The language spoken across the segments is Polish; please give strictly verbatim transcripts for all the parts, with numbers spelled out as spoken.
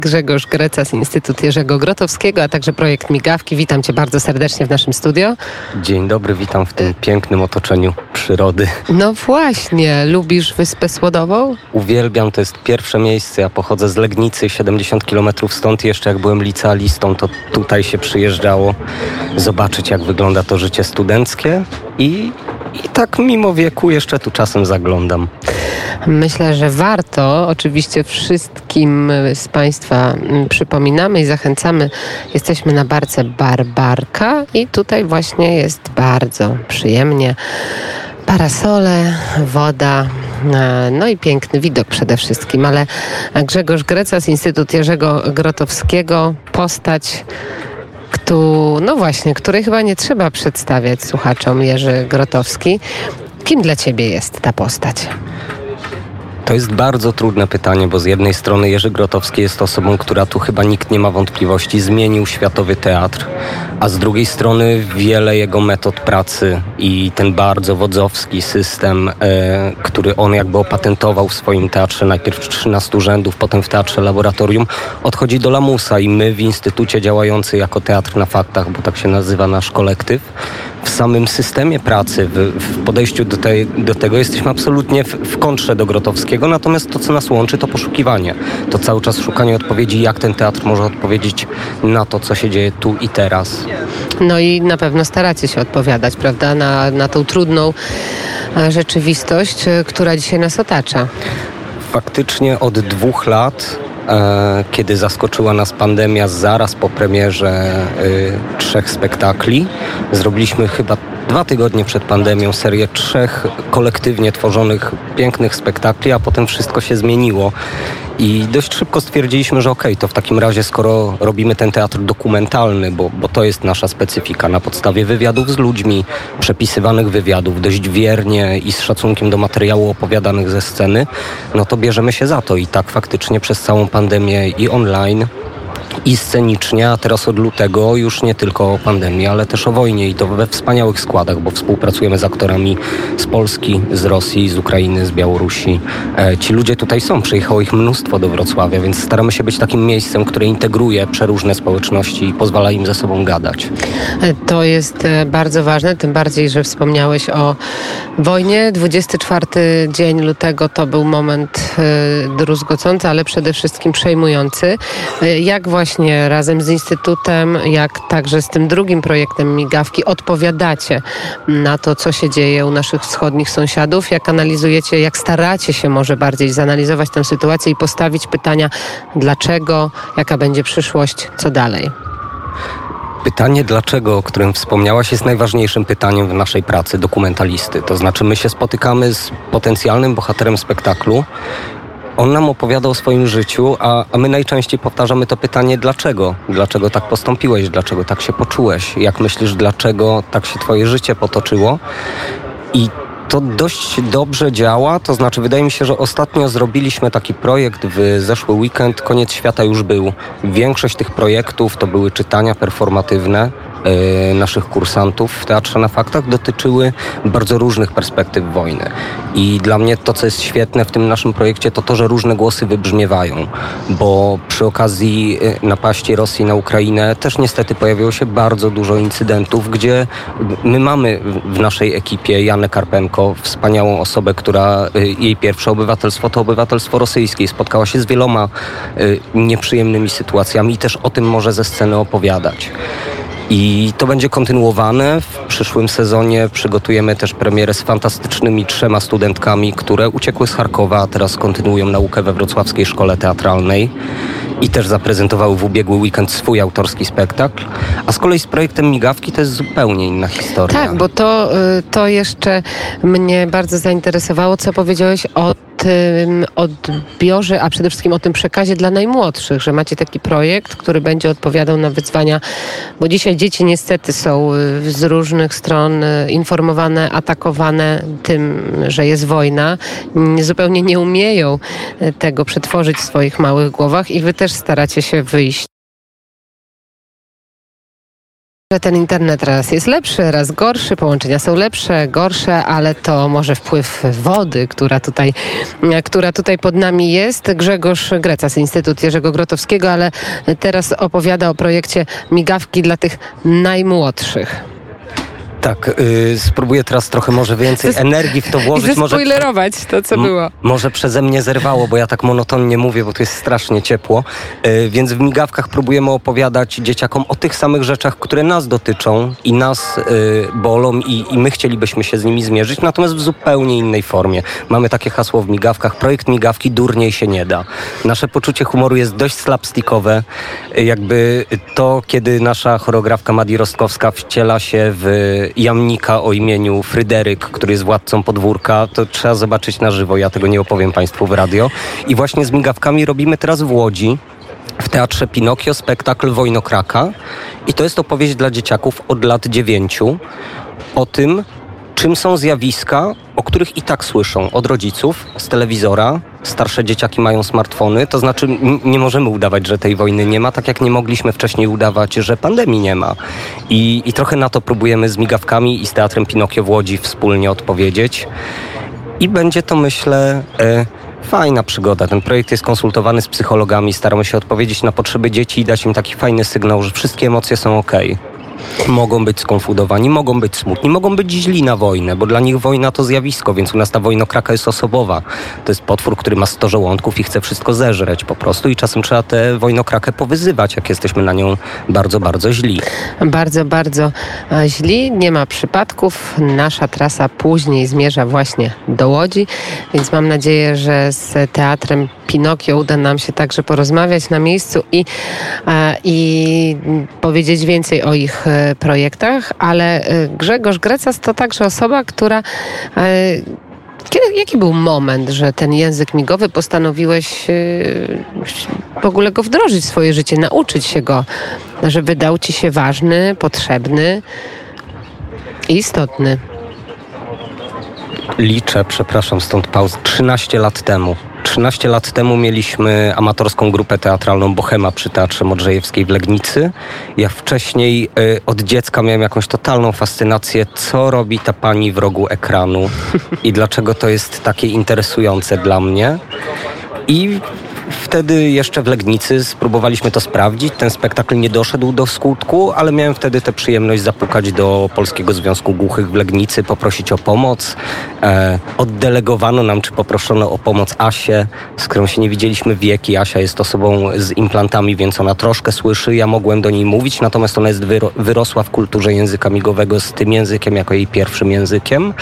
Grzegorz Grecas, Instytut Jerzego Grotowskiego, a także projekt Migawki. Witam Cię bardzo serdecznie w naszym studio. Dzień dobry, witam w tym pięknym otoczeniu przyrody. No właśnie, lubisz Wyspę Słodową? Uwielbiam, to jest pierwsze miejsce. Ja pochodzę z Legnicy, siedemdziesiąt kilometrów stąd. Jeszcze jak byłem licealistą, to tutaj się przyjeżdżało zobaczyć, jak wygląda to życie studenckie i, i tak mimo wieku jeszcze tu czasem zaglądam. Myślę, że warto. Oczywiście wszystkim z Państwa przypominamy i zachęcamy. Jesteśmy na barce Barbarka i tutaj właśnie jest bardzo przyjemnie. Parasole, woda, no i piękny widok przede wszystkim. Ale Grzegorz Grecas, Instytut Jerzego Grotowskiego, postać, kto, no właśnie, której chyba nie trzeba przedstawiać słuchaczom. Jerzy Grotowski. Kim dla Ciebie jest ta postać? To jest bardzo trudne pytanie, bo z jednej strony Jerzy Grotowski jest osobą, która tu chyba nikt nie ma wątpliwości, zmienił światowy teatr, a z drugiej strony wiele jego metod pracy i ten bardzo wodzowski system, e, który on jakby opatentował w swoim teatrze, najpierw trzynastu rzędów, potem w Teatrze Laboratorium, odchodzi do lamusa i my w Instytucie działający jako Teatr na Faktach, bo tak się nazywa nasz kolektyw, w samym systemie pracy, w, w podejściu do, tej, do tego jesteśmy absolutnie w, w kontrze do Grotowskiego, natomiast to, co nas łączy, to poszukiwanie. To cały czas szukanie odpowiedzi, jak ten teatr może odpowiedzieć na to, co się dzieje tu i teraz. No i na pewno staracie się odpowiadać, prawda, na, na tą trudną rzeczywistość, która dzisiaj nas otacza. Faktycznie od dwóch lat, e, kiedy zaskoczyła nas pandemia zaraz po premierze e, trzech spektakli, zrobiliśmy chyba dwa tygodnie przed pandemią serię trzech kolektywnie tworzonych pięknych spektakli, a potem wszystko się zmieniło. I dość szybko stwierdziliśmy, że okej, okay, to w takim razie skoro robimy ten teatr dokumentalny, bo, bo to jest nasza specyfika, na podstawie wywiadów z ludźmi, przepisywanych wywiadów, dość wiernie i z szacunkiem do materiału opowiadanych ze sceny, no to bierzemy się za to. I tak faktycznie przez całą pandemię i online, i scenicznie, a teraz od lutego już nie tylko o pandemii, ale też o wojnie i to we wspaniałych składach, bo współpracujemy z aktorami z Polski, z Rosji, z Ukrainy, z Białorusi. E, ci ludzie tutaj są, przyjechało ich mnóstwo do Wrocławia, więc staramy się być takim miejscem, które integruje przeróżne społeczności i pozwala im ze sobą gadać. To jest bardzo ważne, tym bardziej, że wspomniałeś o wojnie. dwudziesty czwarty dzień lutego to był moment druzgocący, ale przede wszystkim przejmujący. Jak właśnie Właśnie razem z Instytutem, jak także z tym drugim projektem Migawki odpowiadacie na to, co się dzieje u naszych wschodnich sąsiadów, jak analizujecie, jak staracie się może bardziej zanalizować tę sytuację i postawić pytania, dlaczego, jaka będzie przyszłość, co dalej? Pytanie dlaczego, o którym wspomniałaś, jest najważniejszym pytaniem w naszej pracy dokumentalisty. To znaczy my się spotykamy z potencjalnym bohaterem spektaklu. On nam opowiada o swoim życiu, a, a my najczęściej powtarzamy to pytanie dlaczego? Dlaczego tak postąpiłeś? Dlaczego tak się poczułeś? Jak myślisz, dlaczego tak się twoje życie potoczyło? I to dość dobrze działa, to znaczy wydaje mi się, że ostatnio zrobiliśmy taki projekt w zeszły weekend, Koniec świata już był. Większość tych projektów to były czytania performatywne yy, naszych kursantów w Teatrze na Faktach, dotyczyły bardzo różnych perspektyw wojny. I dla mnie to, co jest świetne w tym naszym projekcie, to to, że różne głosy wybrzmiewają, bo przy okazji napaści Rosji na Ukrainę też niestety pojawiło się bardzo dużo incydentów, gdzie my mamy w naszej ekipie Janę Karpenko, wspaniałą osobę, która jej pierwsze obywatelstwo to obywatelstwo rosyjskie. Spotkała się z wieloma nieprzyjemnymi sytuacjami i też o tym może ze sceny opowiadać. I to będzie kontynuowane. W przyszłym sezonie przygotujemy też premierę z fantastycznymi trzema studentkami, które uciekły z Charkowa, a teraz kontynuują naukę we Wrocławskiej Szkole Teatralnej i też zaprezentowały w ubiegły weekend swój autorski spektakl. A z kolei z projektem Migawki to jest zupełnie inna historia. Tak, bo to, to jeszcze mnie bardzo zainteresowało, co powiedziałeś o tym odbiorze, a przede wszystkim o tym przekazie dla najmłodszych, że macie taki projekt, który będzie odpowiadał na wyzwania, bo dzisiaj dzieci niestety są z różnych stron informowane, atakowane tym, że jest wojna. Zupełnie nie umieją tego przetworzyć w swoich małych głowach i wy też staracie się wyjść że ten internet raz jest lepszy, raz gorszy, połączenia są lepsze, gorsze, ale to może wpływ wody, która tutaj, która tutaj pod nami jest. Grzegorz Greca z Instytutu Jerzego Grotowskiego, ale teraz opowiada o projekcie Migawki dla tych najmłodszych. Tak, yy, spróbuję teraz trochę może więcej energii w to włożyć. I zaspoilerować to, co m- było. Może przeze mnie zerwało, bo ja tak monotonnie mówię, bo tu jest strasznie ciepło. Yy, więc w Migawkach próbujemy opowiadać dzieciakom o tych samych rzeczach, które nas dotyczą i nas yy, bolą i, i my chcielibyśmy się z nimi zmierzyć, natomiast w zupełnie innej formie. Mamy takie hasło w Migawkach, projekt Migawki durniej się nie da. Nasze poczucie humoru jest dość slapstickowe. Yy, jakby to, kiedy nasza choreografka Madi Rostkowska wciela się w jamnika o imieniu Fryderyk, który jest władcą podwórka, to trzeba zobaczyć na żywo. Ja tego nie opowiem Państwu w radio. I właśnie z Migawkami robimy teraz w Łodzi, w Teatrze Pinokio, spektakl Wojnokraka. I to jest opowieść dla dzieciaków od lat dziewięciu o tym, czym są zjawiska, o których i tak słyszą od rodziców, z telewizora. Starsze dzieciaki mają smartfony, to znaczy n- nie możemy udawać, że tej wojny nie ma, tak jak nie mogliśmy wcześniej udawać, że pandemii nie ma. I, i trochę na to próbujemy z Migawkami i z Teatrem Pinokio w Łodzi wspólnie odpowiedzieć. I będzie to, myślę, e, fajna przygoda. Ten projekt jest konsultowany z psychologami, staramy się odpowiedzieć na potrzeby dzieci i dać im taki fajny sygnał, że wszystkie emocje są okej. Mogą być skonfundowani, mogą być smutni, mogą być źli na wojnę, bo dla nich wojna to zjawisko, więc u nas ta wojnokraka jest osobowa. To jest potwór, który ma sto żołądków i chce wszystko zeżreć po prostu i czasem trzeba tę wojnokrakę powyzywać, jak jesteśmy na nią bardzo, bardzo źli. Bardzo, bardzo źli. Nie ma przypadków. Nasza trasa później zmierza właśnie do Łodzi, więc mam nadzieję, że z Teatrem Pinokio uda nam się także porozmawiać na miejscu i, i powiedzieć więcej o ich projektach, ale Grzegorz Grecas to także osoba, która... Kiedy, jaki był moment, że ten język migowy postanowiłeś w ogóle go wdrożyć w swoje życie, nauczyć się go, że wydał ci się ważny, potrzebny i istotny? Liczę, przepraszam, stąd pauz, trzynaście lat temu. trzynaście lat temu mieliśmy amatorską grupę teatralną Bohema przy Teatrze Modrzejewskiej w Legnicy. Ja wcześniej y, od dziecka miałem jakąś totalną fascynację, co robi ta pani w rogu ekranu i dlaczego to jest takie interesujące dla mnie. I wtedy jeszcze w Legnicy spróbowaliśmy to sprawdzić. Ten spektakl nie doszedł do skutku, ale miałem wtedy tę przyjemność zapukać do Polskiego Związku Głuchych w Legnicy, poprosić o pomoc. E, oddelegowano nam, czy poproszono o pomoc Asię, z którą się nie widzieliśmy wieki. Asia jest osobą z implantami, więc ona troszkę słyszy. Ja mogłem do niej mówić, natomiast ona jest wyro- wyrosła w kulturze języka migowego z tym językiem jako jej pierwszym językiem.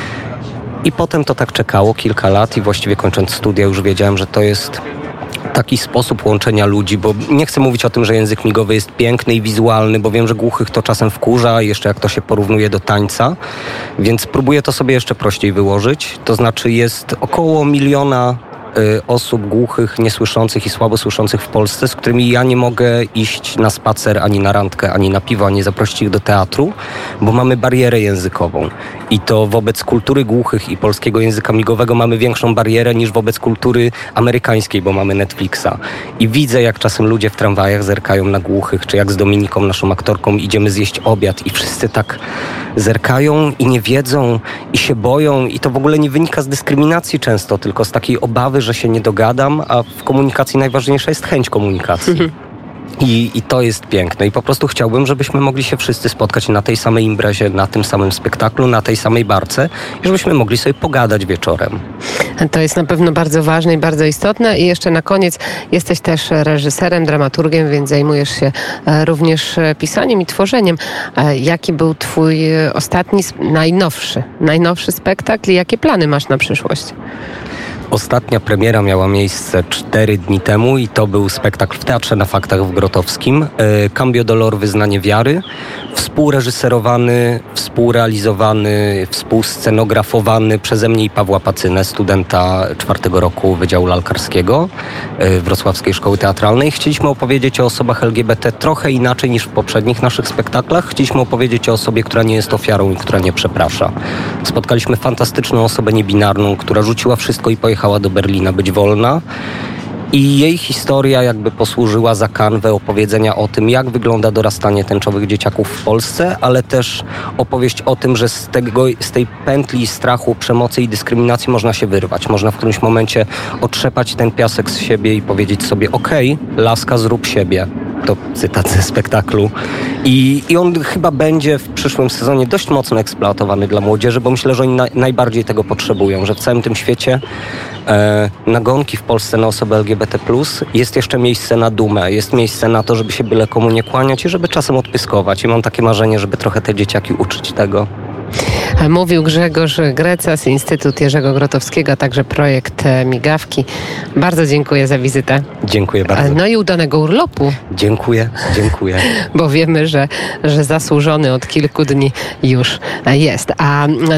I potem to tak czekało kilka lat i właściwie kończąc studia już wiedziałem, że to jest taki sposób łączenia ludzi, bo nie chcę mówić o tym, że język migowy jest piękny i wizualny, bo wiem, że głuchych to czasem wkurza, jeszcze jak to się porównuje do tańca, więc próbuję to sobie jeszcze prościej wyłożyć. To znaczy jest około miliona osób głuchych, niesłyszących i słabo słyszących w Polsce, z którymi ja nie mogę iść na spacer, ani na randkę, ani na piwo, ani zaprosić ich do teatru, bo mamy barierę językową. I to wobec kultury głuchych i polskiego języka migowego mamy większą barierę niż wobec kultury amerykańskiej, bo mamy Netflixa. I widzę, jak czasem ludzie w tramwajach zerkają na głuchych, czy jak z Dominiką, naszą aktorką, idziemy zjeść obiad i wszyscy tak zerkają i nie wiedzą i się boją i to w ogóle nie wynika z dyskryminacji często, tylko z takiej obawy, że się nie dogadam, a w komunikacji najważniejsza jest chęć komunikacji. Mhm. I, I to jest piękne. I po prostu chciałbym, żebyśmy mogli się wszyscy spotkać na tej samej imprezie, na tym samym spektaklu, na tej samej barce i żebyśmy mogli sobie pogadać wieczorem. To jest na pewno bardzo ważne i bardzo istotne. I jeszcze na koniec jesteś też reżyserem, dramaturgiem, więc zajmujesz się również pisaniem i tworzeniem. Jaki był twój ostatni, najnowszy, najnowszy spektakl i jakie plany masz na przyszłość? Ostatnia premiera miała miejsce cztery dni temu i to był spektakl w Teatrze na Faktach w Grotowskim. Cambio Dolor, Wyznanie Wiary. Współreżyserowany, współrealizowany, współscenografowany przeze mnie i Pawła Pacynę, studenta czwartego roku Wydziału Lalkarskiego Wrocławskiej Szkoły Teatralnej. Chcieliśmy opowiedzieć o osobach L G B T trochę inaczej niż w poprzednich naszych spektaklach. Chcieliśmy opowiedzieć o osobie, która nie jest ofiarą i która nie przeprasza. Spotkaliśmy fantastyczną osobę niebinarną, która rzuciła wszystko i pojechała do Berlina być wolna. I jej historia jakby posłużyła za kanwę opowiedzenia o tym, jak wygląda dorastanie tęczowych dzieciaków w Polsce, ale też opowieść o tym, że z, tego, z tej pętli strachu, przemocy i dyskryminacji można się wyrwać. Można w którymś momencie otrzepać ten piasek z siebie i powiedzieć sobie: okej, laska, zrób siebie. To cytat ze spektaklu. I, I on chyba będzie w przyszłym sezonie dość mocno eksploatowany dla młodzieży, bo myślę, że oni na, najbardziej tego potrzebują, że w całym tym świecie e, nagonki w Polsce na osoby L G B T plus, jest jeszcze miejsce na dumę, jest miejsce na to, żeby się byle komu nie kłaniać i żeby czasem odpyskować. I mam takie marzenie, żeby trochę te dzieciaki uczyć tego. Mówił Grzegorz Grecas, Instytut Jerzego Grotowskiego, a także projekt Migawki. Bardzo dziękuję za wizytę. Dziękuję bardzo. No i udanego urlopu. Dziękuję, dziękuję. Bo wiemy, że, że zasłużony od kilku dni już jest. A